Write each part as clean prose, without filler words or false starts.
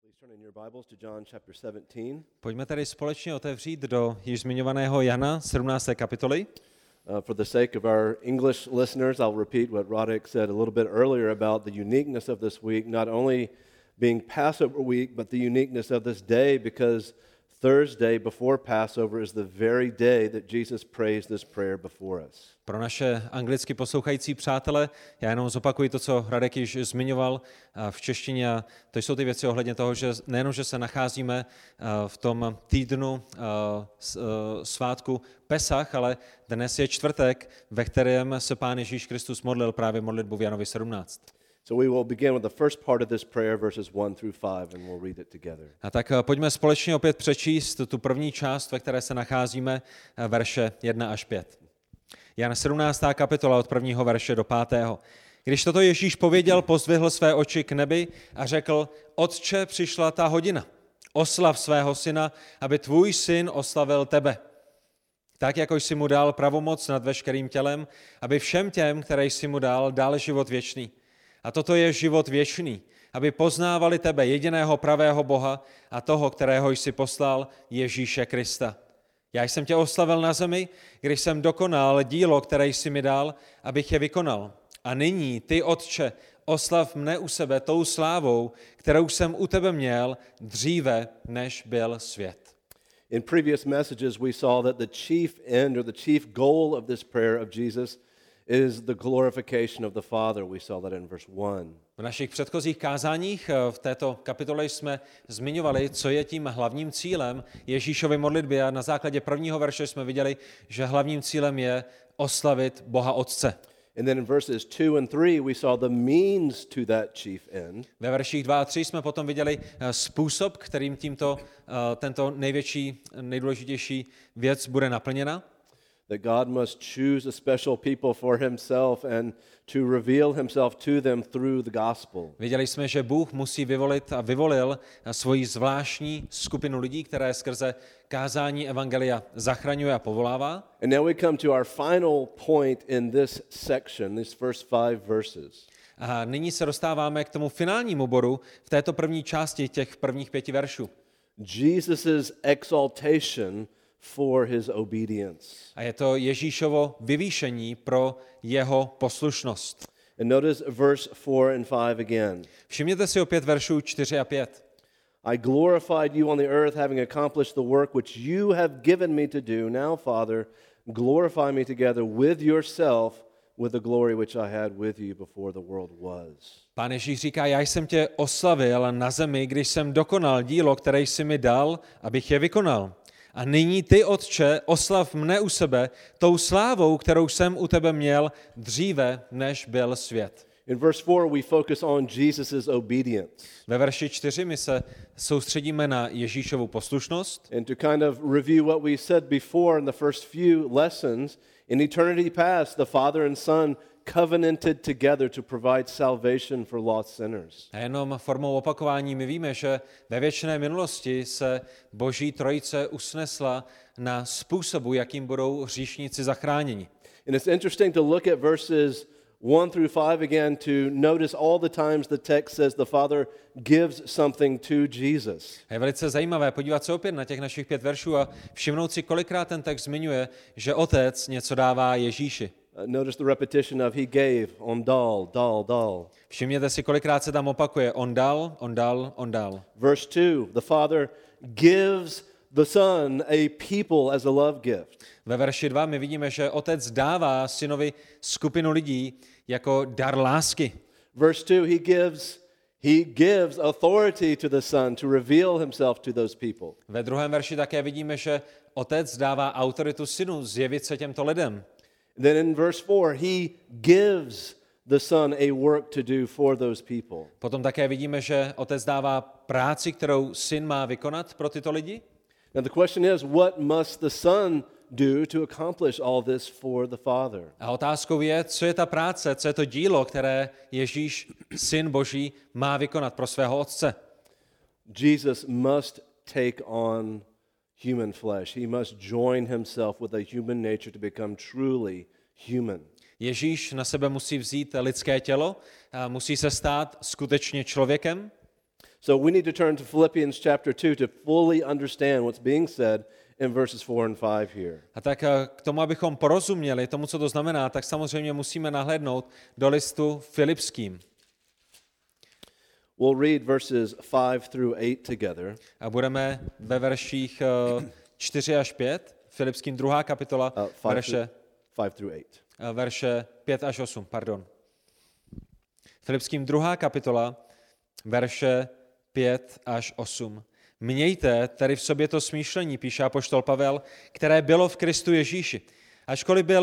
Pojďme tedy společně otevřít do již zmiňovaného Jana 17. kapitoly. For the sake of our English listeners, I'll repeat what Radek said a little bit earlier about the uniqueness of this week, not only being Passover week, but the uniqueness of this day, because Thursday before Passover is the very day that Jesus prays this prayer before us. Pro naše anglicky poslouchající přátele, já jenom zopakuji to, co Radek již zmiňoval v češtině. To jsou ty věci ohledně toho, že nejenom, že se nacházíme v tom týdnu svátku Pesach, ale dnes je čtvrtek, ve kterém se Pán Ježíš Kristus modlil právě modlitbu v Janovi 17. So we will begin with the first part of this prayer, verses 1 through 5, and we'll read it together. A tak pojďme společně opět přečíst tu první část, ve které se nacházíme, verše 1 až 5. Jan 17. kapitola od 1. verše do 5. Když toto Ježíš pověděl, pozdvihl své oči k nebi a řekl: Otče, přišla ta hodina. Oslav svého syna, aby tvůj syn oslavil tebe. Tak, jako jsi mu dal pravomoc nad veškerým tělem, aby všem těm, které jsi mu dal život věčný. A toto je život věčný, aby poznávali tebe, jediného pravého Boha a toho, kterého jsi poslal, Ježíše Krista. Já jsem tě oslavil na zemi, když jsem dokonal dílo, které jsi mi dal, abych je vykonal. A nyní, ty, Otče, oslav mne u sebe tou slávou, kterou jsem u tebe měl dříve, než byl svět. In previous messages, we saw that the chief end or the chief goal of this prayer of Jesus is the glorification of the Father. We saw that in verse 1. V našich předchozích kázáních v této kapitole jsme zmiňovali, co je tím hlavním cílem Ježíšovy modlitby, a na základě prvního verše jsme viděli, že hlavním cílem je oslavit Boha Otce. And then in verses 2 and 3 we saw the means to that chief end. Ve verších 2 a 3 jsme potom viděli způsob, kterým tento nejdůležitější věc bude naplněna. That God must choose a special people for himself and to reveal himself to them through the gospel. Viděli jsme, že Bůh musí vyvolit a vyvolil svoji zvláštní skupinu lidí, které skrze kázání evangelia zachraňuje a povolává. And now we come to our final point in this section, these first 5 verses. A nyní se dostáváme k tomu finálnímu bodu v této první části těch prvních 5 veršů. Jesus's exaltation for his obedience. A je to Ježíšovo vyvýšení pro jeho poslušnost. And notice verse 4 and 5 again. Všimněte si opět veršů 4 a 5. I glorified you on the earth, having accomplished the work which you have given me to do. Now, Father, glorify me together with yourself with the glory which I had with you before the world was. Pán Ježíš říká: já jsem tě oslavil na zemi, když jsem dokonal dílo, které jsi mi dal, abych je vykonal. A nyní ty, Otče, oslav mne u sebe tou slávou, kterou jsem u tebe měl dříve, než byl svět. In verse 4 we focus on Jesus's obedience. Ve verši 4 my se soustředíme na Ježíšovu poslušnost. And to kind of review what we said before in the first few lessons, in eternity past, the Father and Son covenanted together to provide salvation for lost sinners. A jenom formou opakování my víme, že ve věčné minulosti se Boží trojice usnesla na způsobu, jakým budou hříšníci zachráněni. And it's interesting to look at verses 1 through 5 again to notice all the times the text says the Father gives something to Jesus. Je velice zajímavé podívat se opět na těch našich 5 veršů a všimnout si, kolikrát ten text zmiňuje, že Otec něco dává Ježíši. Notice the repetition of he gave, on dal. Všimněte si, kolikrát se tam opakuje on dal. Verse 2, the Father gives the Son a people as a love gift. Ve verši 2 my vidíme, že Otec dává synovi skupinu lidí jako dar lásky. Verse 2, he gives authority to the Son to reveal himself to those people. Ve druhém verši také vidíme, že Otec dává autoritu synu zjevit se těmto lidem. Then in verse 4, he gives the Son a work to do for those people. Potom také vidíme, že Otec dává práci, kterou syn má vykonat pro tyto lidi. Now the question is, what must the Son do to accomplish all this for the Father? A otázkou je, co je ta práce, co je to dílo, které Ježíš, syn Boží, má vykonat pro svého Otce. Jesus must take on human flesh. He must join himself with a human nature to become truly human. Ježíš na sebe musí vzít lidské tělo, a musí se stát skutečně člověkem. So we need to turn to Philippians chapter 2 to fully understand what's being said in verses 4 and 5 here. A tak k tomu, abychom porozuměli tomu, co to znamená, tak samozřejmě musíme nahlédnout do listu Filipským. We'll read verses 5 through 8 together. A budeme ve verších 4 až 5, Filipským 2. kapitola, verše 5 až 8, pardon. Filipským 2. kapitola, verše 5 až 8. Mějte tedy v sobě to smýšlení, píše apoštol Pavel, které bylo v Kristu Ježíši. Ačkoliv byl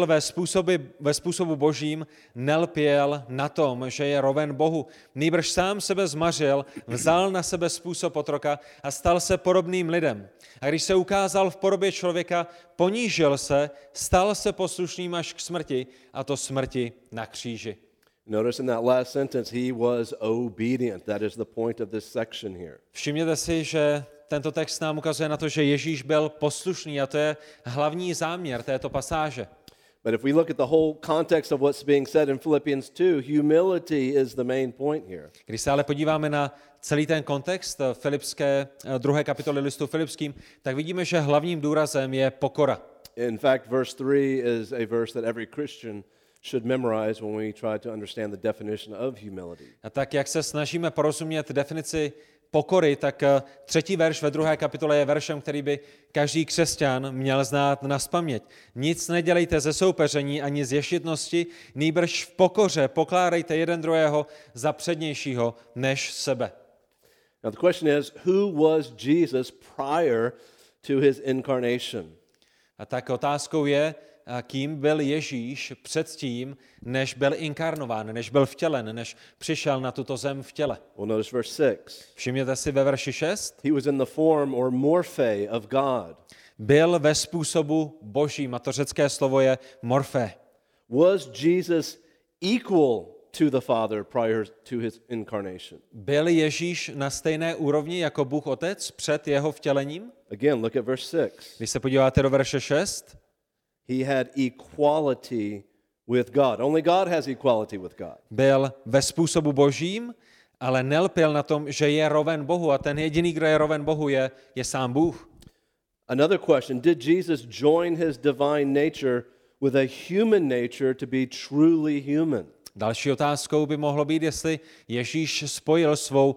ve způsobu božím, nelpěl na tom, že je roven Bohu. Nýbrž sám sebe zmařil, vzal na sebe způsob otroka a stal se podobným lidem. A když se ukázal v podobě člověka, ponížil se, stal se poslušným až k smrti, a to smrti na kříži. Notice in that last sentence, he was obedient. That is the point of this section here. Všimněte si, že tento text nám ukazuje na to, že Ježíš byl poslušný a to je hlavní záměr této pasáže. But if we look at the whole context of what's being said in Philippians 2, humility is the main point here. Když se ale podíváme na celý ten kontext Filipské 2. kapitoly listu Filipským, tak vidíme, že hlavním důrazem je pokora. In fact, verse 3 is a verse that every Christian should memorize when we try to understand the definition of humility. A tak, jak se snažíme porozumět definici pokory, tak 3. verš ve 2. kapitole je veršem, který by každý křesťan měl znát nazpaměť. Nic nedělejte ze soupeření ani z ješitnosti, nýbrž v pokoře pokládejte jeden druhého za přednějšího než sebe. Now the question is, who was Jesus prior to his incarnation? A tak otázkou je, kým byl Ježíš předtím, než byl inkarnován, než byl vtělen, než přišel na tuto zem v těle. Well, notice verse 6. Všimněte si ve verši 6. He was in the form or morphe of God. Byl ve způsobu božím, a to řecké slovo je morfé. Was Jesus equal to the Father prior to his incarnation? Byl Ježíš na stejné úrovni jako Bůh Otec před jeho vtělením? Again, look at verse 6. Když se podíváte do verše 6, He had equality with God. Only God has equality with God. byl ve způsobu božím, ale nelpěl na tom, že je roven Bohu a ten jediný, kdo je roven Bohu, je sám Bůh. Another question, did Jesus join his divine nature with a human nature to be truly human? Další otázkou by mohlo být, jestli Ježíš spojil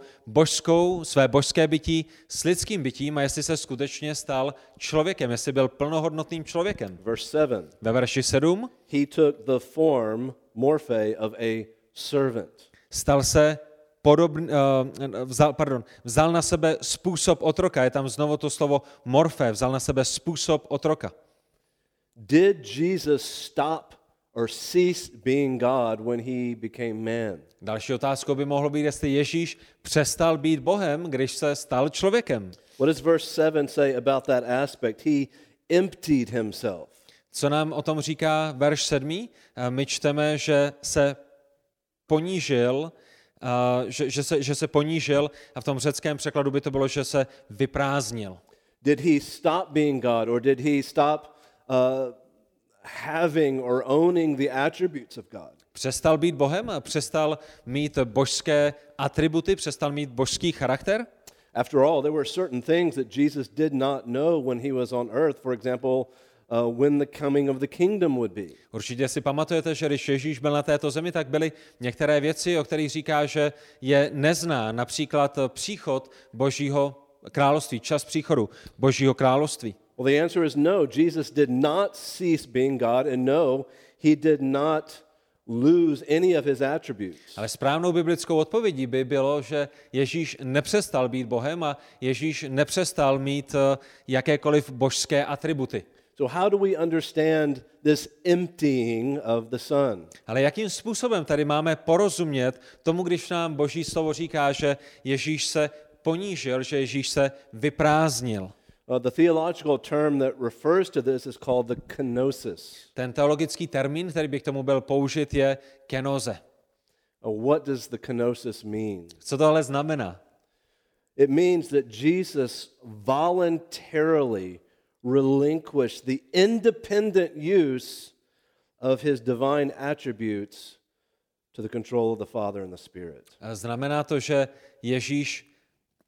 své božské bytí s lidským bytím a jestli se skutečně stal člověkem, jestli byl plnohodnotným člověkem. Verse 7. Ve verši 7 He took the form, morphe, of a servant. stal se vzal na sebe způsob otroka. Je tam znovu to slovo morfé, vzal na sebe způsob otroka. Did Jesus stop or ceased being God when he became man? Další otázkou by mohlo být, jestli Ježíš přestal být Bohem, když se stal člověkem. What does verse 7 say about that aspect? He emptied himself. Co nám o tom říká verš 7? My čteme, že se ponížil, že se ponížil a v tom řeckém překladu by to bylo, že se vyprázdnil. Did he stop being God or did he stop having or owning the attributes of God? Přestal být Bohem a přestal mít božské atributy, přestal mít božský charakter? After all, there were certain things that Jesus did not know when he was on earth. For example, when the coming of the kingdom would be. Určitě si pamatujete, že když Ježíš byl na této zemi, tak byly některé věci, o kterých říká, že je nezná, například příchod Božího království, čas příchodu Božího království. Well, the answer is no. Jesus did not cease being God, and no, he did not lose any of his attributes. Ale správnou biblickou odpovědí by bylo, že Ježíš nepřestal být Bohem a Ježíš nepřestal mít jakékoliv božské atributy. So how do we understand this emptying of the Son? Ale jakým způsobem tady máme porozumět tomu, když nám Boží slovo říká, že Ježíš se ponížil, že Ježíš se vyprázdnil? The theological term that refers to this is called the kenosis. Ten teologický termín, který by k tomu byl použit, je kenoze. What does the kenosis mean? Co to ale znamená? It means that Jesus voluntarily relinquished the independent use of his divine attributes to the control of the Father and the Spirit. Znamená to, že Ježíš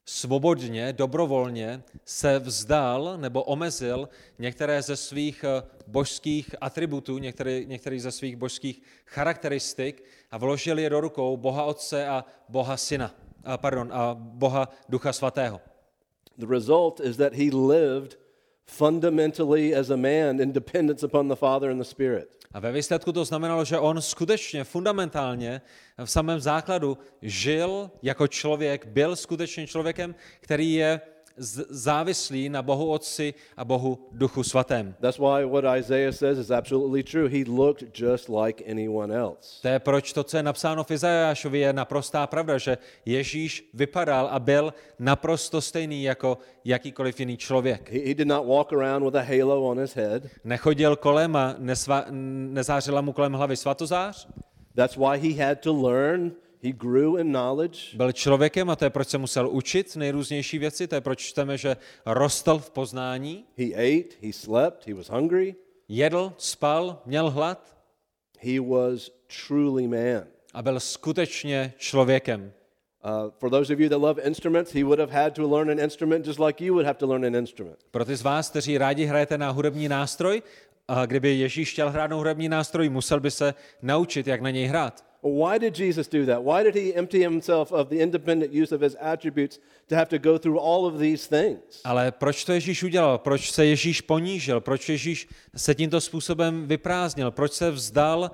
svobodně, dobrovolně se vzdal nebo omezil některé ze svých božských atributů, některé ze svých božských charakteristik a vložil je do rukou Boha Otce a Boha Syna, a Boha Ducha Svatého. The result is that he lived fundamentally as a man in dependence upon the Father and the Spirit. A ve výsledku to znamenalo, že on skutečně fundamentálně v samém základu žil jako člověk, byl skutečně člověkem, který je závislý na Bohu Otci a Bohu Duchu Svatém. That's why what Isaiah says is absolutely true. He looked just like anyone else. To je proč to, co je napsáno v Izajášovi, je naprostá pravda, že Ježíš vypadal a byl naprosto stejný jako jakýkoliv jiný člověk. He did not walk around with a halo on his head. Nechodil kolem a nezářila mu kolem hlavy svatozář. That's why he had to learn. He grew in knowledge. Byl člověkem a to je proč se musel učit nejrůznější věci, to je proč čteme, že rostl v poznání. He ate, he slept, he was hungry. Jedl, spal, měl hlad. He was truly man. A byl skutečně člověkem. For those of you that love instruments, he would have had to learn an instrument just like you would have to learn an instrument. Pro ty z vás, kteří rádi hrajete na hudební nástroj, a kdyby Ježíš chtěl hrát na hudební nástroj, musel by se naučit, jak na něj hrát. Why did Jesus do that? Why did he empty himself of the independent use of his attributes to have to go through all of these things? Ale proč to Ježíš udělal? Proč se Ježíš ponížil? Proč Ježíš se tímto způsobem vyprázdnil? Proč se vzdal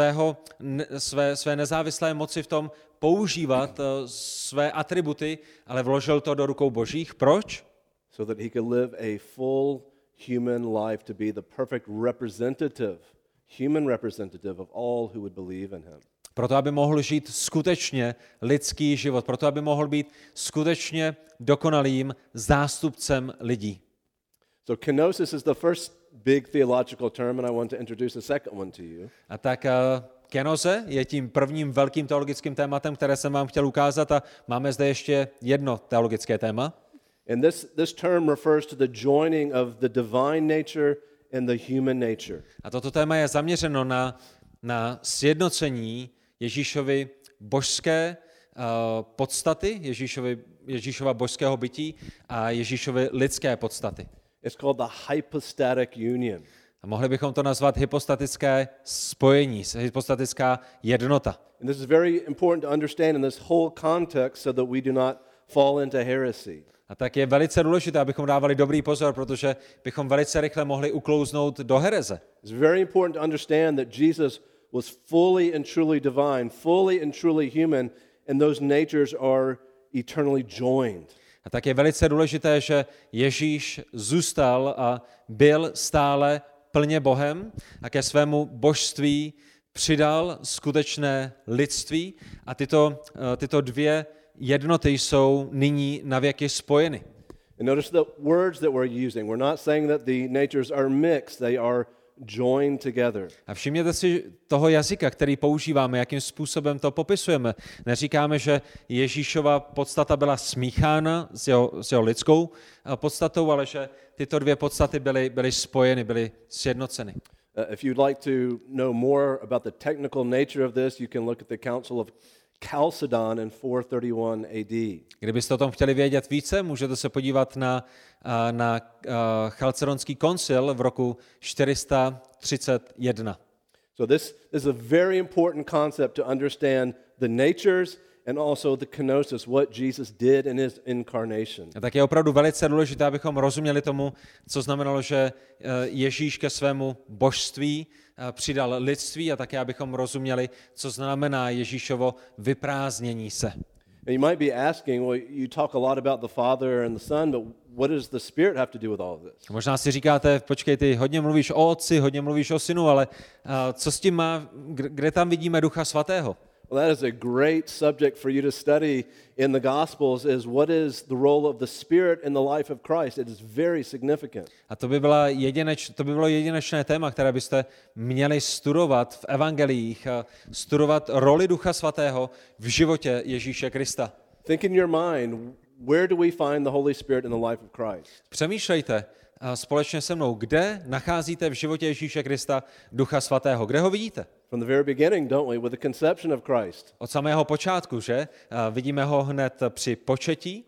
své nezávislé moci v tom používat své atributy, ale vložil to do rukou Božích? Proč? So that he could live a full human life to be the perfect representative, human representative of all who would believe in him. Proto, aby mohl žít skutečně lidský život, proto, aby mohl být skutečně dokonalým zástupcem lidí. So kenosis is the first big theological term, and I want to introduce a second one to you. A tak kenoze je tím prvním velkým teologickým tématem, které jsem vám chtěl ukázat, a máme zde ještě jedno teologické téma. And this term refers to the joining of the divine nature and the human nature. A toto téma je zaměřeno na sjednocení Ježíšovy božské podstaty, Ježíšova božského bytí a Ježíšovy lidské podstaty. It's called the hypostatic union. A mohli bychom to nazvat hypostatické spojení, hypostatická jednota. And this is very important to understand in this whole context so that we do not fall into heresy. A tak je velice důležité, abychom dávali dobrý pozor, protože bychom velice rychle mohli uklouznout do hereze. It's very important to understand that Jesus was fully and truly divine, fully and truly human, and those natures are eternally joined. A tak je velice důležité, že Ježíš zůstal a byl stále plně Bohem a ke svému božství přidal skutečné lidství a tyto dvě jednoty jsou nyní navěky spojeny. And notice the words that we're using. We're not saying that the natures are mixed, they are joined together. A všimněte si toho jazyka, který používáme, jakým způsobem to popisujeme. Neříkáme, že Ježíšova podstata byla smíchána s jeho lidskou podstatou, ale že tyto dvě podstaty byly spojeny, byly sjednoceny. If you'd like to know more about the technical nature of this, you can look at the Council of Chalcedon in 431 AD. Kdybyste o tom chtěli vědět více, můžete se podívat na Chalcedonský koncil v roku 431. So this is a very important concept to understand the natures and also the kenosis, what Jesus did in his incarnation. A tak je opravdu velice důležité, abychom rozuměli tomu, co znamenalo, že Ježíš ke svému božství přidal lidství a také, abychom rozuměli, co znamená Ježíšovo vyprázdnění se. And you might be asking, well, you talk a lot about the Father and the Son, but what does the Spirit have to do with all of this? Možná si říkáte, počkej, ty hodně mluvíš o Otci, hodně mluvíš o Synu, ale co s tím má, kde tam vidíme Ducha Svatého? Well, that is a great subject for you to study in the Gospels, is what is the role of the Spirit in the life of Christ. It is very significant. A to by bylo jedinečné téma, které byste měli studovat v evangeliích, studovat roli Ducha Svatého v životě Ježíše Krista. Think in your mind, where do we find the Holy Spirit in the life of Christ? Přemýšlejte společně se mnou, kde nacházíte v životě Ježíše Krista Ducha Svatého. Kde ho vidíte? From the very beginning, don't we, with the conception of Christ. Od samého počátku, že? Vidíme ho hned při početí.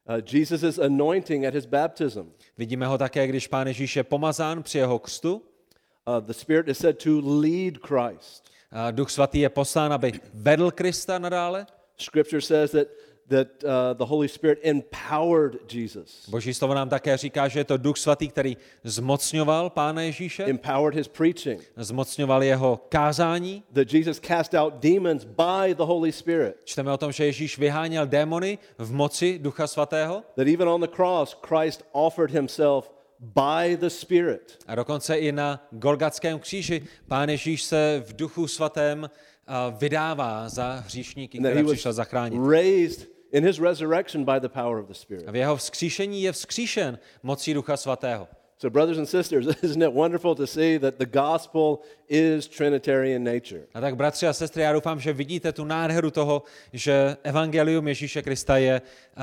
Jesus' anointing at his baptism. Vidíme ho také, když Pán Ježíš je pomazán při jeho křtu. The Spirit is said to lead Christ. Duch svatý je poslán, aby vedl Krista nadále. Scripture says that the Holy Spirit empowered Jesus. Boží slovo nám také říká, že je to Duch svatý, který zmocňoval Pána Ježíše, Empowered his preaching. zmocňoval jeho kázání. That Jesus cast out demons by the Holy Spirit. Čteme o tom, že Ježíš vyháněl démony v moci Ducha svatého. That even on the cross, Christ offered himself by the Spirit. A dokonce i na Golgatském kříži Pán Ježíš se v Duchu svatém vydává za hříšníky, And that které he přišel zachránit. was raised in his resurrection by the power of the Spirit. A v jeho vzkříšení je vzkříšen mocí Ducha svatého. So brothers and sisters, isn't it wonderful to see that the gospel is Trinitarian in nature? A tak bratři a sestry, já doufám, že vidíte tu nádheru toho, že evangelium Ježíše Krista je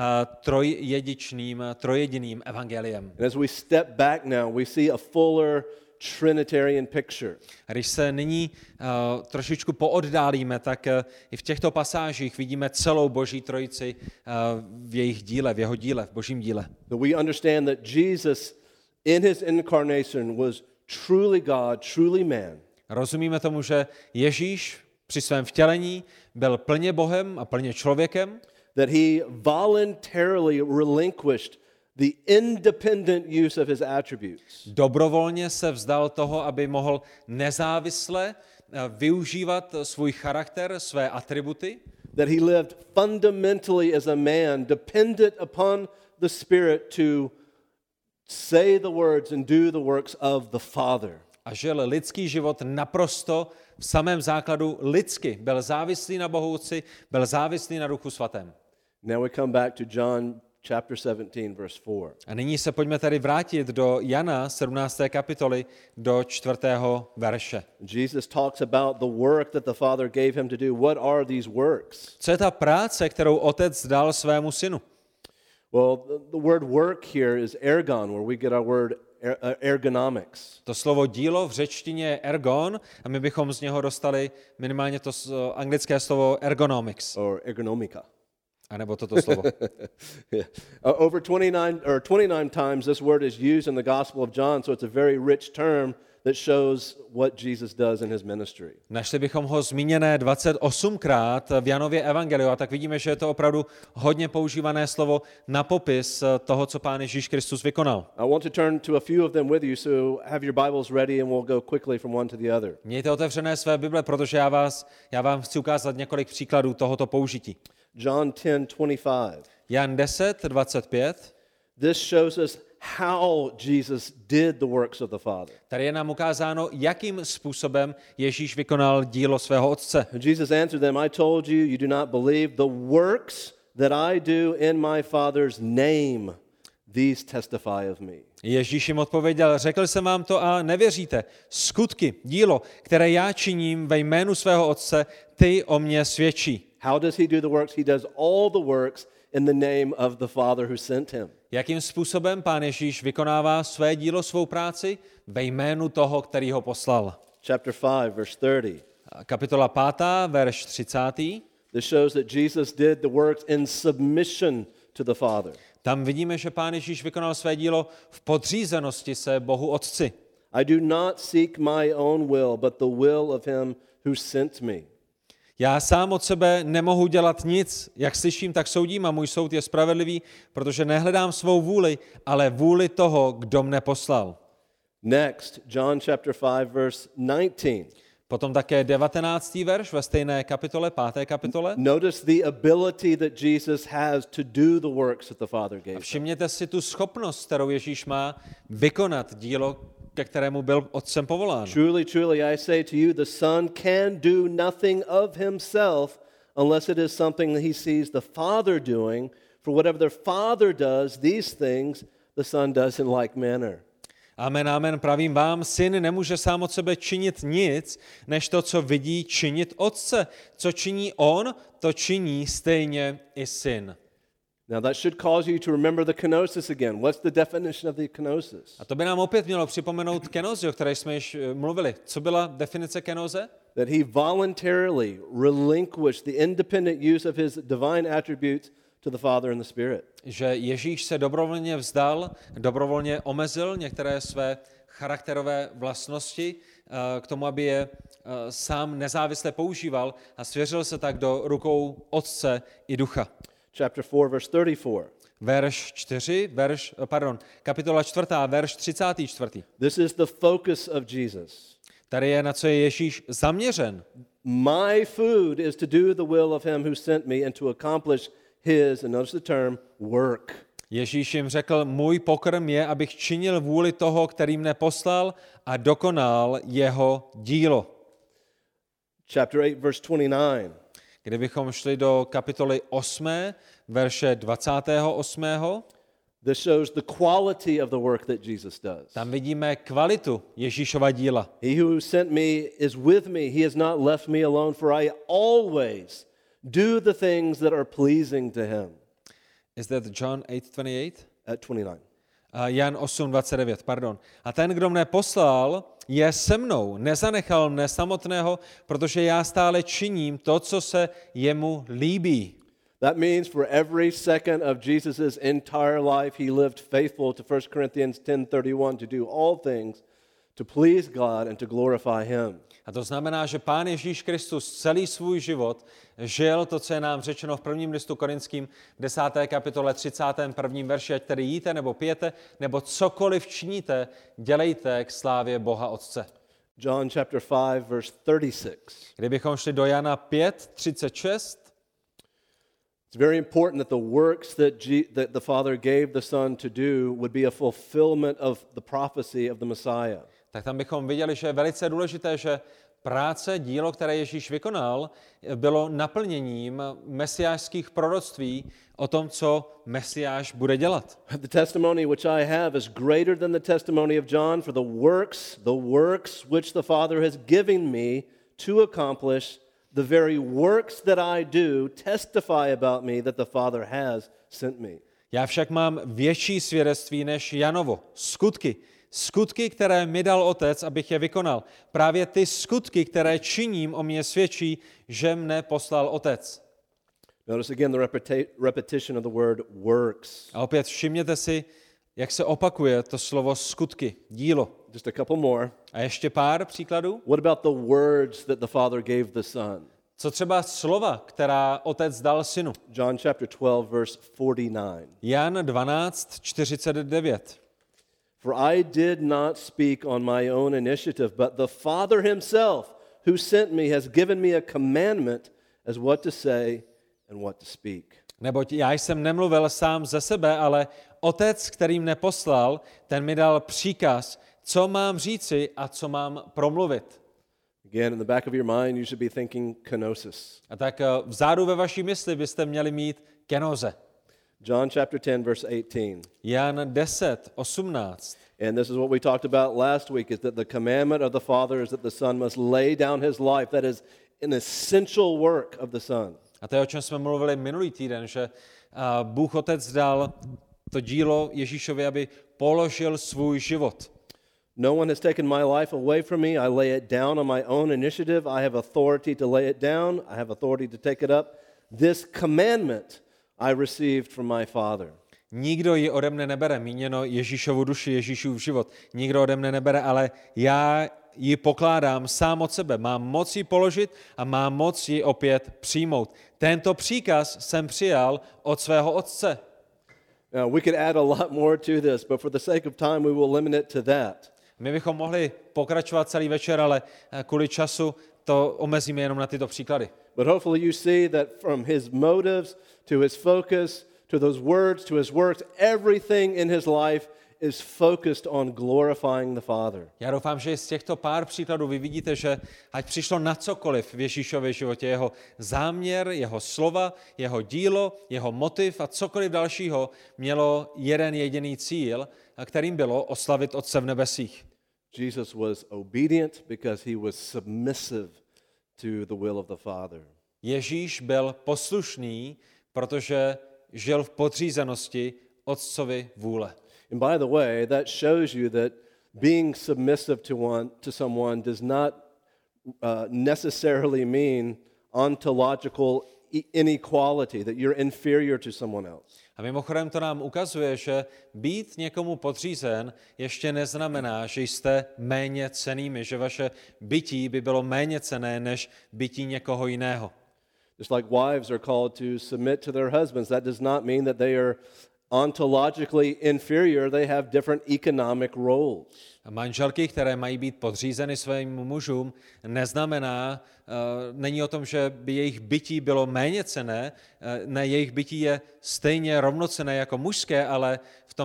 trojjediným evangeliem. And as we step back now, we see a fuller Trinitarian picture. A když se nyní trošičku pooddálíme, tak i v těchto pasážích vidíme celou Boží trojici v jejich díle, v jeho díle, v Božím díle. That we understand that Jesus in his incarnation was truly God, truly man. Rozumíme tomu, že Ježíš při svém vtělení byl plně Bohem a plně člověkem, That he voluntarily relinquished the independent use of his attributes. dobrovolně se vzdal toho, aby mohl nezávisle využívat svůj charakter, své atributy, That he lived fundamentally as a man, dependent upon the Spirit to say the words and do the works of the Father. a žil lidský život naprosto v samém základu lidsky. Byl závislý na Bohu Otci, byl závislý na Duchu svatém. Now we come back to John chapter 17, verse 4. A nyní se pojďme tedy vrátit do Jana 17. kapitoly do 4. verše. Jesus talks about the work that the Father gave him to do. What are these works? Co je ta práce, kterou Otec dal svému synu? Well, the word work here is ergon, where we get our word ergonomics. To slovo dílo v řečtině je ergon a my bychom z něho dostali minimálně to anglické slovo ergonomics, Or ergonomica. anebo toto slovo. Yeah. Over 29 times this word is used in the Gospel of John, so it's a very rich term that shows what Jesus does in his ministry. Našli bychom ho zmíněné 28krát v Janově evangeliu a tak vidíme, že je to opravdu hodně používané slovo na popis toho, co Pán Ježíš Kristus vykonal. I want to turn to a few of them with you, so have your Bibles ready and we'll go quickly from one to the other. Mějte otevřené své Bible, protože já vám chci ukázat několik příkladů tohoto použití. John 10:25. Jan 10:25. This shows us how Jesus did the works of the Father. Tady je nám ukázáno, jakým způsobem Ježíš vykonal dílo svého Otce. Jesus answered them, I told you, you do not believe the works that I do in my Father's name. These testify of me. Ježíš jim odpověděl, řekl jsem vám to a nevěříte. Skutky, dílo, které já činím ve jménu svého Otce, ty o mě svědčí. How does he do the works? He does all the works in the name of the Father who sent him. Jakým způsobem Pán Ježíš vykonává své dílo, svou práci? Ve jménu toho, který ho poslal. Chapter 5, verse 30. Kapitola 5, verš 30. This shows that Jesus did the works in submission to the Father. Tam vidíme, že Pán Ježíš vykonal své dílo v podřízenosti se Bohu Otci. I do not seek my own will, but the will of him who sent me. Já sám od sebe nemohu dělat nic, jak slyším, tak soudím a můj soud je spravedlivý, protože nehledám svou vůli, ale vůli toho, kdo mne poslal. Next, John chapter 5, verse 19. Potom také 19. verš ve stejné kapitole, 5. kapitole. Notice the ability that Jesus has to do the works that the Father gave him. Všimněte si tu schopnost, kterou Ježíš má vykonat dílo, ke kterému byl Otcem povolán. Truly, truly, I say to you, the Son can do nothing of himself unless it is something that he sees the Father doing. For whatever the Father does, these things the Son does in like manner. Amen, amen, pravím vám, syn nemůže sám od sebe činit nic, než to, co vidí činit Otce. Co činí on, to činí stejně i syn. Now that should cause you to remember the kenosis again. What's the definition of the kenosis? A to by nám opět mělo připomenout kenozi, o které jsme již mluvili. Co byla definice kenoze? That he voluntarily relinquished the independent use of his divine attributes to the Father and the Spirit. Že Ježíš se dobrovolně vzdal, dobrovolně omezil některé své charakterové vlastnosti k tomu, aby je sám nezávisle používal a svěřil se tak do rukou Otce i Ducha. Chapter 4, verse 34. Kapitola 4, verš 34. This is the focus of Jesus. Tady je, na co je Ježíš zaměřen. My food is to do the will of him who sent me and to accomplish his, and notice the term, work. Ježíš jim řekl, můj pokrm je, abych činil vůli toho, který mne poslal a dokonal jeho dílo. Chapter 8, verse 29. Kdybychom šli do kapitoly 8, verše 28. This shows the quality of the work that Jesus does. Tam vidíme kvalitu Ježíšova díla. He who sent me is with me. He has not left me alone, for I always do the things that are pleasing to him. Is that John 8:28? At 29. Jan 8:29, pardon. A ten, kdo mne poslal, je se mnou, nezanechal mne samotného, protože já stále činím to, co se jemu líbí. That means for every second of Jesus' entire life, he lived faithful to 1 Corinthians 10:31 to do all things to please God and to glorify him. A to znamená, že Pán Ježíš Kristus celý svůj život žil to, co je nám řečeno v prvním listu Korinským 10. kapitole 31. verši, ať tedy jíte nebo pijete, nebo cokoliv činíte, dělejte k slávě Boha Otce. John chapter 5 verse 36. Kdybychom šli do Jana 5:36, it's very important that the works that the Father gave the Son to do would be a fulfillment of the prophecy of the Messiah. tak tam bychom viděli, že je velice důležité, že práce, dílo, které Ježíš vykonal, bylo naplněním mesiášských proroctví o tom, co Mesiáš bude dělat. The testimony which I have is greater than the testimony of John, for the works which the Father has given me to accomplish, the very works that I do testify about me that the Father has sent me. Já však mám větší svědectví než Janovo. Skutky, které mi dal Otec, abych je vykonal. Právě ty skutky, které činím, o mě svědčí, že mne poslal Otec. Notice again the repetition of the word works. A opět všimněte si, jak se opakuje to slovo skutky, dílo. Just a couple more. A ještě pár příkladů. What about the words that the Father gave the Son? Co třeba slova, která Otec dal Synu? John chapter 12 verse 49. Jan 12:49. For I did not speak on my own initiative, but the Father himself who sent me has given me a commandment as what to say and what to speak. Neboť já jsem nemluvil sám ze sebe, ale Otec, který mne poslal, ten mi dal příkaz, co mám říci a co mám promluvit. Again, in the back of your mind, you should be thinking kenosis. A tak vzadu ve vaší mysli byste měli mít kenoze. John chapter 10, verse 18. Jan 10:18. And this is what we talked about last week, is that the commandment of the Father is that the Son must lay down his life. That is an essential work of the Son. A to je, o čem jsme mluvili minulý týden, že Bůh Otec dal to dílo Ježíšovi, aby položil svůj život. No one has taken my life away from me. I lay it down on my own initiative. I have authority to lay it down. I have authority to take it up. This commandment I received from my Father. Nikdo ji ode mne nebere, míněno Ježíšovu duši, Ježíšův život. Nikdo ode mne nebere, ale já ji pokládám sám od sebe. Mám moc ji položit a mám moc ji opět přijmout. Tento příkaz jsem přijal od svého Otce. Now, we could add a lot more to this, but for the sake of time, we will limit it to that. My bychom mohli pokračovat celý večer, ale kvůli času to omezíme jenom na tyto příklady. But hopefully you see that from his motives to his focus to those words to his works, everything in his life is focused on glorifying the Father. Já doufám, že z těchto pár příkladů vy vidíte, že ať přišlo na cokoliv v Ježíšově životě, jeho záměr, jeho slova, jeho dílo, jeho motiv a cokoliv dalšího mělo jeden jediný cíl, kterým bylo oslavit Otce v nebesích. Jesus was obedient because he was submissive to the will of the Father. Ježíš byl poslušný, protože žil v podřízenosti Otcovi vůle. And by the way, that shows you that being submissive to someone does not necessarily mean ontological inequality, that you're inferior to someone else. A mimochodem to nám ukazuje, že být někomu podřízen ještě neznamená, že jste méně cennými, že vaše bytí by bylo méně cenné než bytí někoho jiného. Just like wives are called to submit to their husbands, that does not mean that they are ontologically inferior, they have different economic roles. Manželky, které mají být podřízeny svým mužům, neznamená, není o tom, že by jejich bytí bylo méně cenné, ne, jejich bytí je stejně rovnocenné jako mužské, ale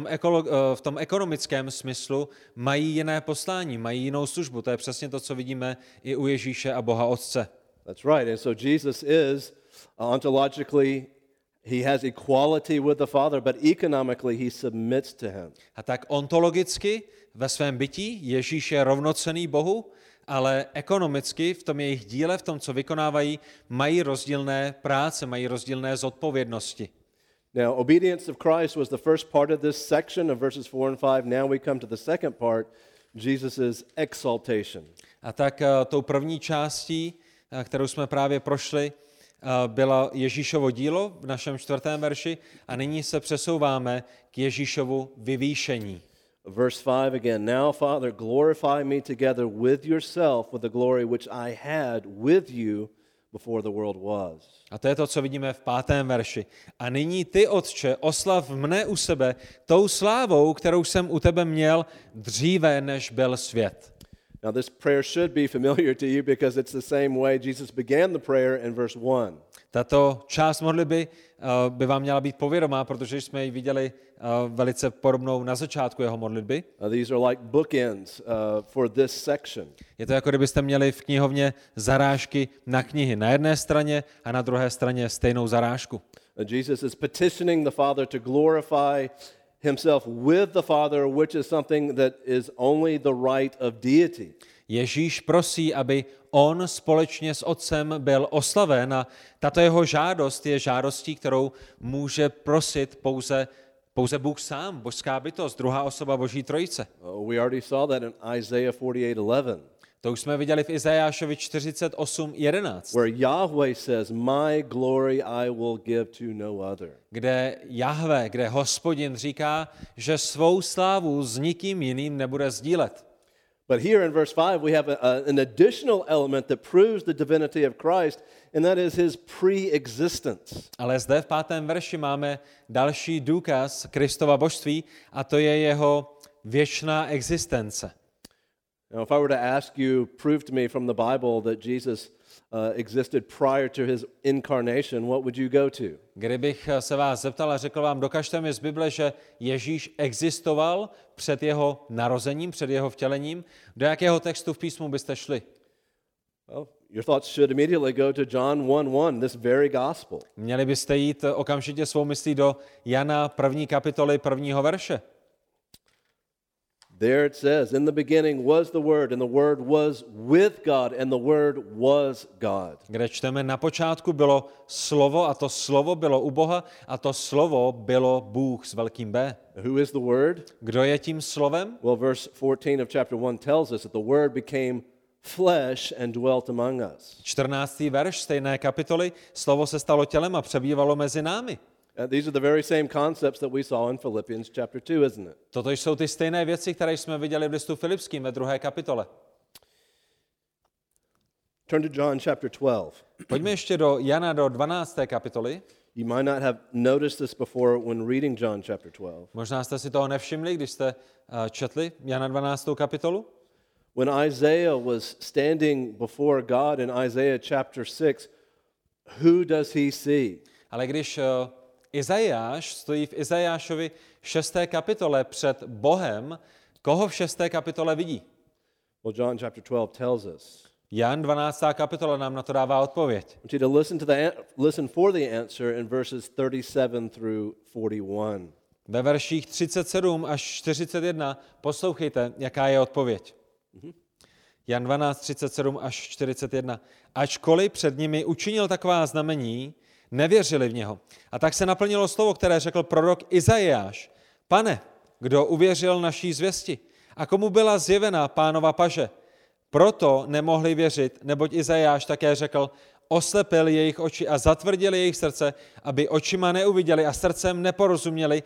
v tom ekonomickém smyslu mají jiné poslání, mají jinou službu. To je přesně to, co vidíme i u Ježíše a Boha Otce. That's right. And so Jesus is ontologically, he has equality with the Father, but economically he submits to him. A tak ontologicky ve svém bytí Ježíš je rovnocenný Bohu, ale ekonomicky v tom jejich díle, v tom, co vykonávají, mají rozdílné práce, mají rozdílné zodpovědnosti. Now, obedience of Christ was the first part of this section of verses 4 and 5. Now we come to the second part, Jesus' exaltation. A tak tou první částí, kterou jsme právě prošli, bylo Ježíšovo dílo v našem 4. verši a nyní se přesouváme k Ježíšovu vyvýšení. Verse 5 again, now Father, glorify me together with yourself with the glory which I had with you before the world was. A to je to, co vidíme v 5. verši. A nyní ty, Otče, oslav mne u sebe tou slávou, kterou jsem u tebe měl dříve, než byl svět. Now this prayer should be familiar to you because it's the same way Jesus began the prayer in verse 1. Tato část modlitby by vám měla být povědomá, protože jsme ji viděli velice podobnou na začátku jeho modlitby. These are like bookends for this section. Je to jako kdybyste měli v knihovně zarážky na knihy. Na jedné straně a na druhé straně stejnou zarážku. Jesus is petitioning the Father to glorify himself with the Father, which is something that is only the right of deity. Ježíš prosí, aby on společně s Otcem byl oslaven a tato jeho žádost je žádostí, kterou může prosit pouze Bůh sám, božská bytost, druhá osoba Boží trojice. We already saw that in Isaiah 48:11. To už jsme viděli v Izajášovi 48:11. Where Yahweh says, "My glory I will give to no other." Kde Hospodin říká, že svou slávu s nikým jiným nebude sdílet. But here in verse 5 we have an additional element that proves the divinity of Christ, and that is his pre-existence. Ale zde v 5. verši máme další důkaz Kristova božství a to je jeho věčná existence. Now, if I were to ask you, prove to me from the Bible that Jesus existed prior to his incarnation, what would you go to? Kdybych se vás zeptal a řekl vám, dokažte mi z Bible, že Ježíš existoval před jeho narozením, před jeho vtělením, do jakého textu v písmu byste šli? Well, your thoughts should immediately go to John 1:1, this very gospel. Měli byste jít okamžitě svou myslí do Jana 1. kapitoly 1. verše. There it says, in the beginning was the Word, and the Word was with God, and the Word was God. Kde čteme, na počátku bylo slovo a to slovo bylo u Boha a to slovo bylo Bůh s velkým B. Who is the Word? Kdo je tím slovem? Well, verse 14 of chapter 1 tells us that the Word became flesh and dwelt among us. 14. verš stejné kapitoly, slovo se stalo tělem a přebývalo mezi námi. These are the very same concepts that we saw in Philippians chapter 2, isn't it? Toto jsou ty stejné věci, které jsme viděli v listu Filipským ve 2. kapitole. Turn to John chapter 12. Pojďme ještě do Jana do 12. kapitoly. You might not have noticed this before when reading John chapter 12. Možná jste si toho nevšimli, když jste četli Jana 12. kapitolu. When Isaiah was standing before God in Isaiah chapter 6, who does he see? Ale když Izajáš stojí v Izajášovi 6. kapitole před Bohem, koho v 6. kapitole vidí? Well, John chapter 12 tells us. Jan 12. kapitola nám na to dává odpověď. I want you to listen for the answer in verses 37 through 41. Ve verších 37 až 41 poslouchejte, jaká je odpověď. Jan 12, 37 až 41. Ačkoliv před nimi učinil taková znamení, nevěřili v něho. A tak se naplnilo slovo, které řekl prorok Izajáš. Pane, kdo uvěřil naší zvěsti? A komu byla zjevena Pánova paže? Proto nemohli věřit, neboť Izajáš také řekl, oslepil jejich oči a zatvrdil jejich srdce, aby očima neuviděli a srdcem neporozuměli,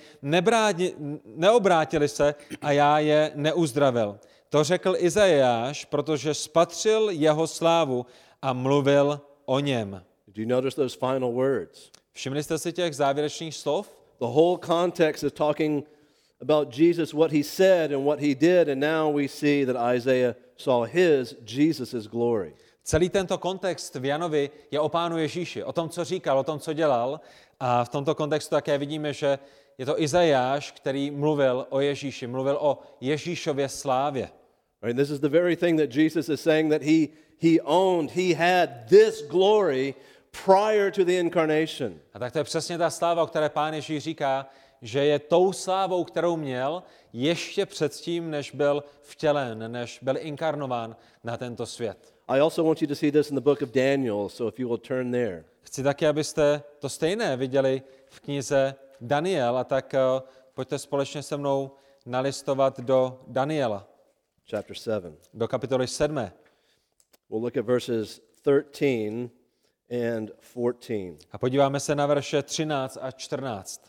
neobrátili se a já je neuzdravil. To řekl Izajáš, protože spatřil jeho slávu a mluvil o něm. Do you notice those final words? Všimli jste si těch závěrečných slov? The whole context is talking about Jesus, what he said and what he did, and now we see that Isaiah saw Jesus' glory. Celý tento kontext v Janovi je o Pánu Ježíši, o tom, co říkal, o tom, co dělal. A v tomto kontextu také vidíme, že je to Izajáš, který mluvil o Ježíši, mluvil o Ježíšově slávě. Right, this is the very thing that Jesus is saying that he owned. He had this glory prior to the incarnation. A tak to je přesně ta sláva, o které Pán Ježíš říká, že je tou slávou, kterou měl ještě předtím, než byl vtělen, než byl inkarnován na tento svět. I also want you to see this in the book of Daniel, so if you will turn there. Chci taky, abyste to stejné viděli v knize Daniel, a tak pojďte společně se mnou nalistovat do Daniela, Chapter 7. do kapitoly 7. We'll look at verses 13 and 14. A podíváme se na verše 13 a 14.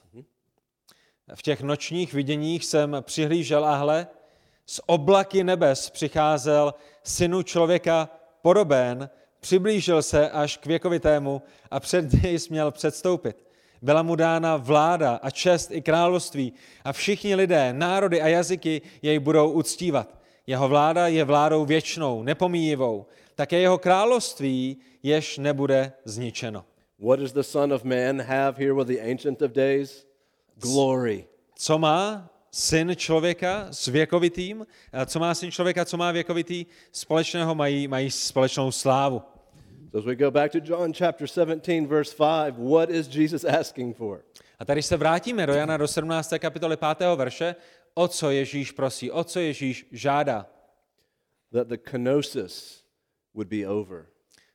V těch nočních viděních jsem přihlížel a hle, z oblaky nebes přicházel synu člověka podoben, přiblížil se až k věkovitému a před něj směl předstoupit. Byla mu dána vláda a čest i království a všichni lidé, národy a jazyky jej budou uctívat. Jeho vláda je vládou věčnou, nepomíjivou. Také jeho království jež nebude zničeno. What does the Son of Man have here with the Ancient of Days? Glory. Co má syn člověka s věkovitým? Co má syn člověka, co má věkovitý? Společného mají společnou slávu. So as we go back to John chapter 17, verse 5, what is Jesus asking for? A tady se vrátíme do Jana do 17. kapitoly 5. verše, o co Ježíš prosí, o co Ježíš žádá. That the kenosis would be over.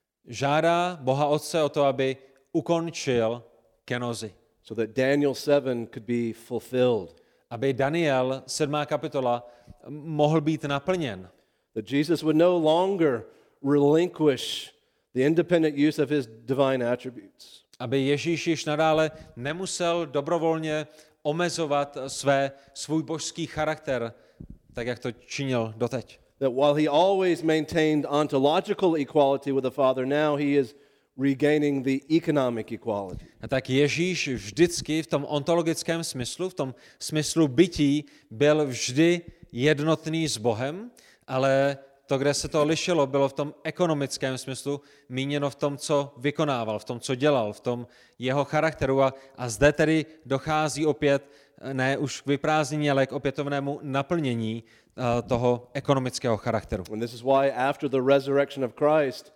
Žádá Boha Otce o to, aby ukončil kenozi. So that Daniel 7 could be fulfilled. Aby Daniel 7. kapitola mohl být naplněn. That Jesus would no longer relinquish the independent use of his divine attributes. Aby Ježíš již nadále nemusel dobrovolně omezovat svůj božský charakter, tak jak to činil doteď. That while he always maintained ontological equality with the Father, now he is regaining the economic equality. A tak Ježíš vždycky v tom ontologickém smyslu, v tom smyslu bytí, byl vždy jednotný s Bohem, ale to, kde se to lišilo, bylo v tom ekonomickém smyslu, míněno v tom, co vykonával, v tom, co dělal, v tom jeho charakteru. A zde tedy dochází opět ne už k vyprázdnění, ale k opětovnému naplnění toho ekonomického charakteru. And this is why after the resurrection of Christ,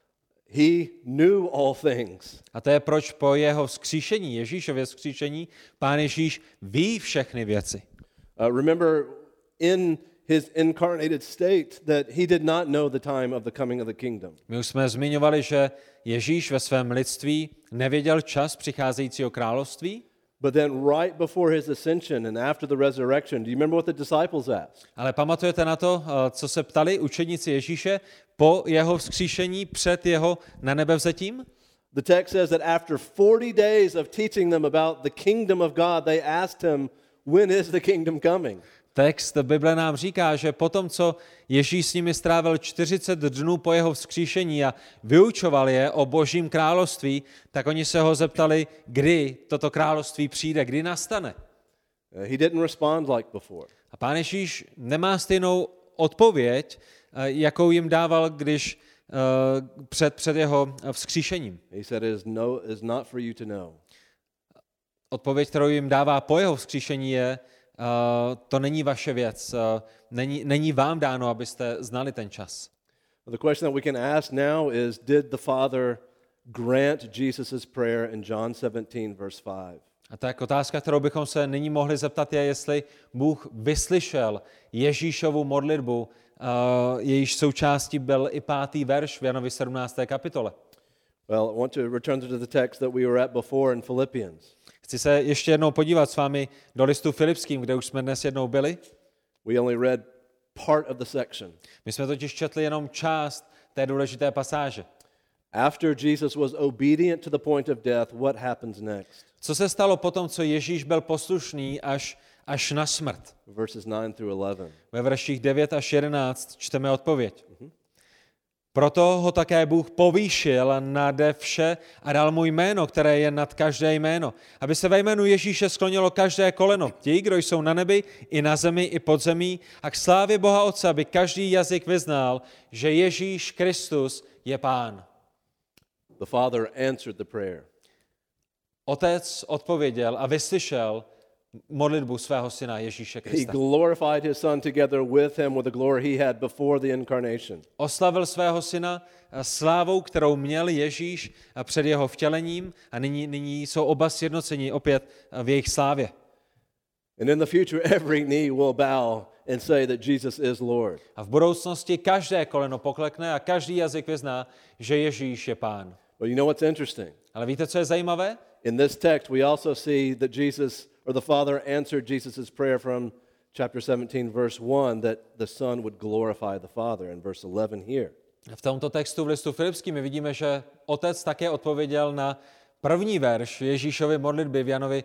he knew all things. A to je proč po jeho vzkříšení, Ježíšově vzkříšení, Pán Ježíš ví všechny věci. Remember in his incarnated state that he did not know the time of the coming of the kingdom. My už jsme zmiňovali, že Ježíš ve svém lidství nevěděl čas přicházejícího království, But then right before his ascension and after the resurrection, do you remember what the disciples asked? ale pamatujete na to, co se ptali učedníci Ježíše po jeho vzkříšení, před jeho na nebe vzetím? The text says that after 40 days of teaching them about the kingdom of God, they asked him, when is the kingdom coming? Text Bible nám říká, že potom, co Ježíš s nimi strávil 40 dnů po jeho vzkříšení a vyučoval je o Božím království, tak oni se ho zeptali, kdy toto království přijde, kdy nastane. He didn't respond like before. A Pán Ježíš nemá stejnou odpověď, jakou jim dával, když před jeho vzkříšením. He said, it is not for you to know. Odpověď, kterou jim dává po jeho vzkříšení, je, to není vaše věc, není vám dáno, abyste znali ten čas. The question that we can ask now is, did the Father grant Jesus' prayer in John 17, verse 5? A tak otázka, kterou bychom se nyní mohli zeptat, je, jestli Bůh vyslyšel Ježíšovu modlitbu, jejíž součástí byl i 5. verš v Janovi 17. kapitole. Well, I want to return to the text that we were at before in Philippians. Chci se ještě jednou podívat s vámi do listu Filipským, kde už jsme dnes jednou byli. We only read part of the section. My jsme totiž četli jenom část té důležité pasáže. After Jesus was obedient to the point of death, what happens next? Co se stalo potom, co Ježíš byl poslušný až na smrt? Verses 9 through 11. Ve verších 9 až 11 čteme odpověď. Proto ho také Bůh povýšil nade vše a dal mu jméno, které je nad každé jméno, aby se ve jménu Ježíše sklonilo každé koleno, ti, kdo jsou na nebi, i na zemi, i pod zemí, a k slávě Boha Otce, aby každý jazyk vyznal, že Ježíš Kristus je Pán. The Father answered the prayer. Otec odpověděl a vyslyšel modlitbu svého syna Ježíše He Krista. glorified his Son together with him with the glory he had before the incarnation. Oslavil svého syna slávou, kterou měl Ježíš před jeho vtělením, a nyní jsou oba sjednoceni opět v jejich slávě. And in the future, every knee will bow and say that Jesus is Lord. A v budoucnosti každé koleno poklekne a každý jazyk vyzná, že Ježíš je Pán. But you know what's interesting? Ale víte, co je zajímavé? In this text, we also see that Jesus, or the Father, answered Jesus' prayer from chapter 17, verse 1, that the Son would glorify the Father, in verse 11 here. V tomto textu v listu Filipským my vidíme, že otec také odpověděl na první verš Ježíšovy modlitby v Janovi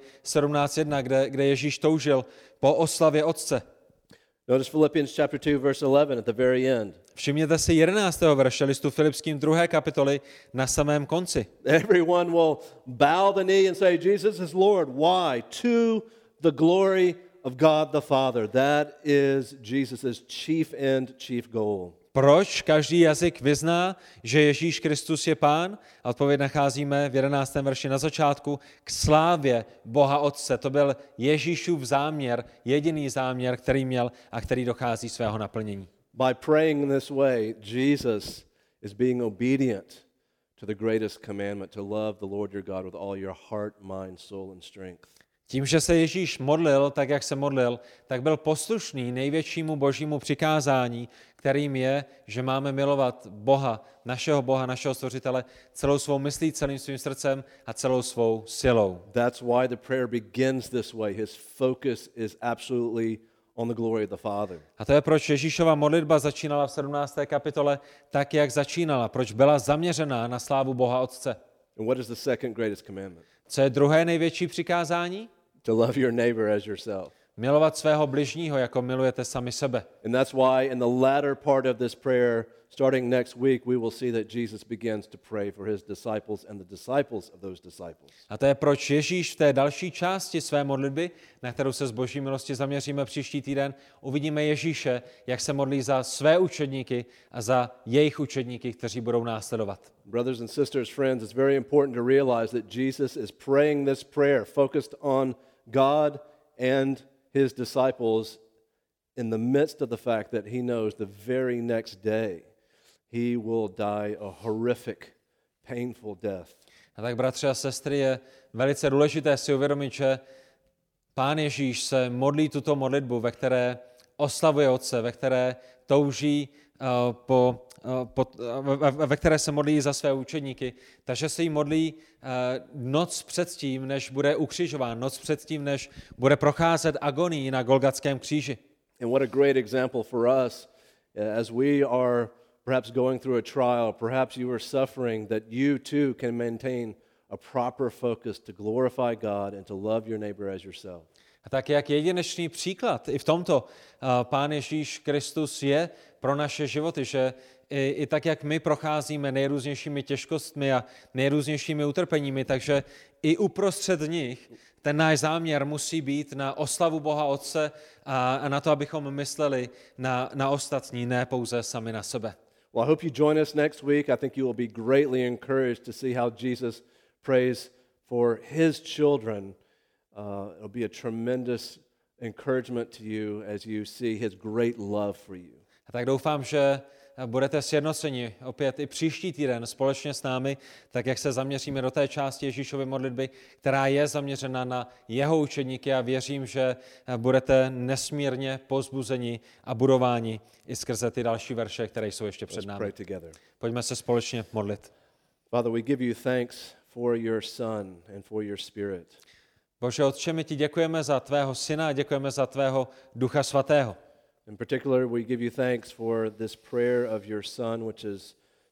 17.1, kde Ježíš toužil po oslavě Otce. Notice Philippians chapter 2, verse 11 at the very end. Všimněte si 11. verše listu Filipským 2. kapitoly na samém konci. Everyone will bow the knee and say, Jesus is Lord. Why? To the glory of God the Father. That is Jesus' chief end, chief goal. Proč každý jazyk vyzná, že Ježíš Kristus je Pán? A odpověď nacházíme v 11. verši na začátku. K slávě Boha Otce. To byl Ježíšův záměr, jediný záměr, který měl a který dochází svého naplnění. By praying in this way, Jesus is being obedient to the greatest commandment, to love the Lord your God with all your heart, mind, soul and strength. Tím, že se Ježíš modlil tak, jak se modlil, tak byl poslušný největšímu božímu přikázání, kterým je, že máme milovat Boha, našeho Stvořitele, celou svou myslí, celým svým srdcem a celou svou silou. That's why the prayer begins this way. His focus is absolutely on the glory of the Father. A to je, proč Ježíšova modlitba začínala v 17. kapitole tak, jak začínala, proč byla zaměřená na slávu Boha Otce. And what is the second greatest commandment? Co je druhé největší přikázání? To love your neighbor as yourself. Milovat svého bližního, jako milujete sami sebe. And that's why in the latter part of this prayer, starting next week, we will see that Jesus begins to pray for his disciples and the disciples of those disciples. A to je, proč Ježíš v té další části své modlitby, na kterou se z boží milosti zaměříme příští týden, uvidíme Ježíše, jak se modlí za své učedníky a za jejich učedníky, kteří budou následovat. Brothers and sisters, friends, it's very important to realize that Jesus is praying this prayer focused on God and his disciples in the midst of the fact that he knows the very next day he will die a horrific, painful death. A tak, bratři a sestry, je velice důležité si uvědomit, že Pán Ježíš se modlí tuto modlitbu, ve které oslavuje Otce, ve které touží ve které se modlí za své učedníky, takže se jí modlí noc předtím, než bude ukřižován, noc předtím, než bude procházet agonii na Golgatském kříži. And what a great example for us as we are perhaps going through a trial, perhaps you are suffering, that you too can maintain a proper focus to glorify God and to love your neighbor as yourself. A tak jak jedinečný příklad i v tomto Pán Ježíš Kristus je pro naše životy, že i tak, jak my procházíme nejrůznějšími těžkostmi a nejrůznějšími utrpeními, takže i uprostřed nich ten náš záměr musí být na oslavu Boha Otce a na to, abychom mysleli na ostatní, ne pouze sami na sebe. Well, I hope you join us next week. I think you will be greatly encouraged to see how Jesus prays for his children. It'll be a tremendous encouragement to you as you see his great love for you. A tak doufám, že budete sjednoceni opět i příští týden společně s námi, tak jak se zaměříme do té části Ježíšovy modlitby, která je zaměřena na jeho učedníky, a věřím, že budete nesmírně povzbuzeni a budováni i skrze ty další verše, které jsou ještě před námi. Pojďme se společně modlit. Father, we give you thanks for your Son and for your Spirit. Bože Otče, my ti děkujeme za tvého syna a děkujeme za tvého Ducha Svatého. In particular, we give you thanks for this prayer of your Son, which is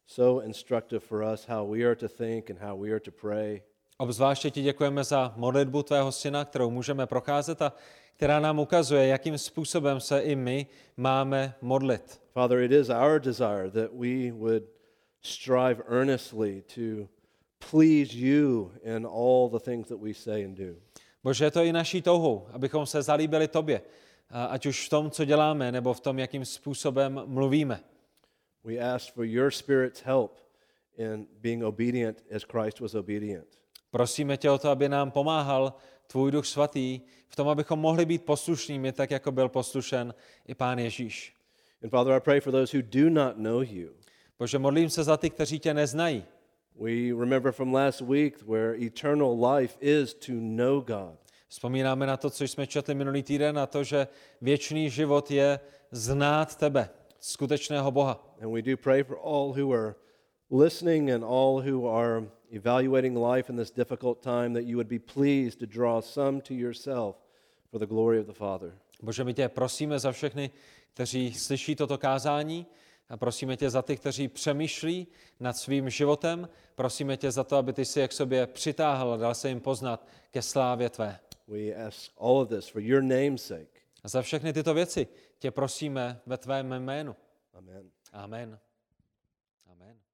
so instructive for us how we are to think and how we are to pray. Obzvláště ti děkujeme za modlitbu tvého syna, kterou můžeme procházet a která nám ukazuje, jakým způsobem se i my máme modlit. Father, it is our desire that we would strive earnestly to please you in all the things that we say and do. Bože, je to i naší touhou, abychom se zalíbili tobě, ať už v tom, co děláme, nebo v tom, jakým způsobem mluvíme. We ask for your Spirit's help in being obedient as Christ was obedient. Prosíme tě o to, aby nám pomáhal tvůj Duch Svatý v tom, abychom mohli být poslušnými, tak jako byl poslušen i Pán Ježíš. And Father, I pray for those who do not know you. Bože, modlím se za ty, kteří tě neznají. We remember from last week where eternal life is to know God. Vzpomínáme na to, co jsme četli minulý týden, na to, že věčný život je znát tebe, skutečného Boha. And we do pray for all who are listening and all who are evaluating life in this difficult time, that you would be pleased to draw some to yourself for the glory of the Father. Bože, my tě prosíme za všechny, kteří slyší toto kázání, a prosíme tě za ty, kteří přemýšlí nad svým životem. Prosíme tě za to, aby ty si je k sobě přitáhl a dal se jim poznat ke slávě tvé. We ask all of this for your name's sake. A za všechny tyto věci tě prosíme ve tvém jménu. Amen. Amen. Amen.